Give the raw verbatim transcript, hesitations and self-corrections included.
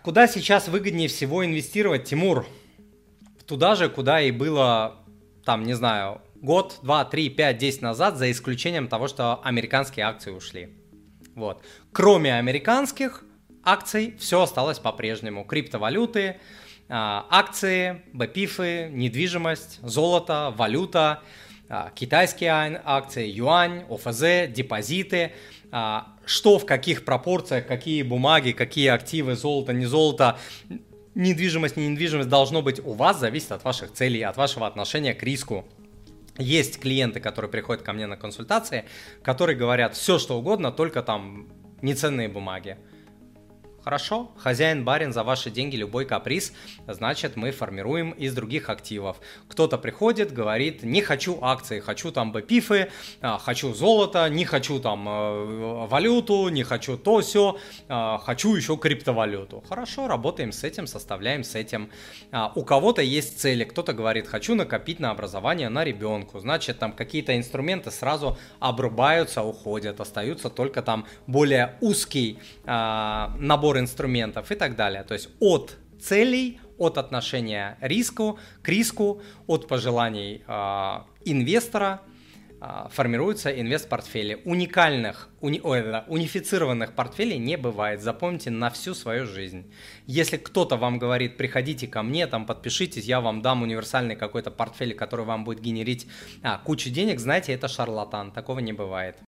Куда сейчас выгоднее всего инвестировать, Тимур? Туда же, куда и было, там, не знаю, год, два, три, пять, десять назад, за исключением того, что американские акции ушли. Вот. Кроме американских акций, все осталось по-прежнему. Криптовалюты, акции, бэпифы, недвижимость, золото, валюта, китайские акции, юань, ОФЗ, депозиты. Что в каких пропорциях, какие бумаги, какие активы, золото, не золото, недвижимость, не недвижимость должно быть у вас, зависит от ваших целей, от вашего отношения к риску. Есть клиенты, которые приходят ко мне на консультации, которые говорят все, что угодно, только там неценные бумаги. Хорошо, хозяин барин за ваши деньги, любой каприз, значит, мы формируем из других активов. Кто-то приходит, говорит, не хочу акции, хочу там бэпифы, хочу золото, не хочу там валюту, не хочу то сё, хочу еще криптовалюту. Хорошо, работаем с этим, составляем с этим. У кого-то есть цели, кто-то говорит, хочу накопить на образование на ребенку, значит, там какие-то инструменты сразу обрубаются, уходят, остаются только там более узкий набор инструментов и так далее. То есть от целей, от отношения риску, к риску, от пожеланий э, инвестора э, формируются инвест-портфели. Уникальных, уни, ой, унифицированных портфелей не бывает. Запомните на всю свою жизнь. Если кто-то вам говорит, приходите ко мне, там подпишитесь, я вам дам универсальный какой-то портфель, который вам будет генерить а, кучу денег, знаете, это шарлатан. Такого не бывает.